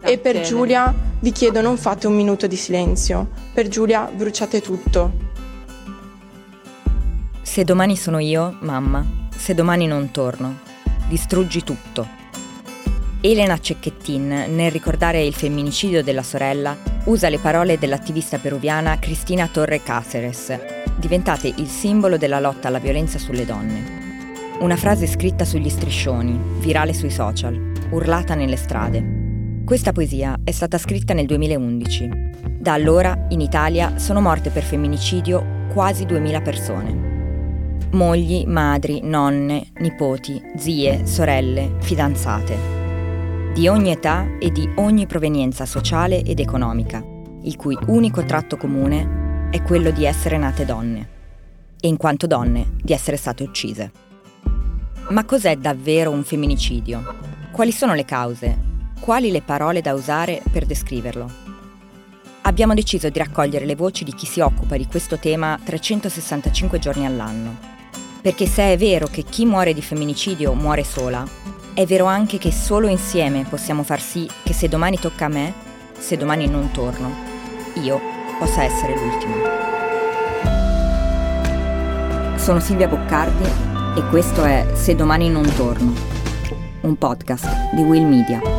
E per Giulia vi chiedo non fate un minuto di silenzio. Per Giulia bruciate tutto. Se domani sono io, mamma, se domani non torno, distruggi tutto. Elena Cecchettin, nel ricordare il femminicidio della sorella, usa le parole dell'attivista peruviana Cristina Torre Cáceres, diventate il simbolo della lotta alla violenza sulle donne. Una frase scritta sugli striscioni, virale sui social, urlata nelle strade. Questa poesia è stata scritta nel 2011. Da allora, in Italia, sono morte per femminicidio quasi 2000 persone. Mogli, madri, nonne, nipoti, zie, sorelle, fidanzate. Di ogni età e di ogni provenienza sociale ed economica, il cui unico tratto comune è quello di essere nate donne. E in quanto donne, di essere state uccise. Ma cos'è davvero un femminicidio? Quali sono le cause? Quali le parole da usare per descriverlo? Abbiamo deciso di raccogliere le voci di chi si occupa di questo tema 365 giorni all'anno. Perché se è vero che chi muore di femminicidio muore sola, è vero anche che solo insieme possiamo far sì che se domani tocca a me, se domani non torno, io possa essere l'ultima. Sono Silvia Boccardi e questo è Se domani non torno, un podcast di Will Media.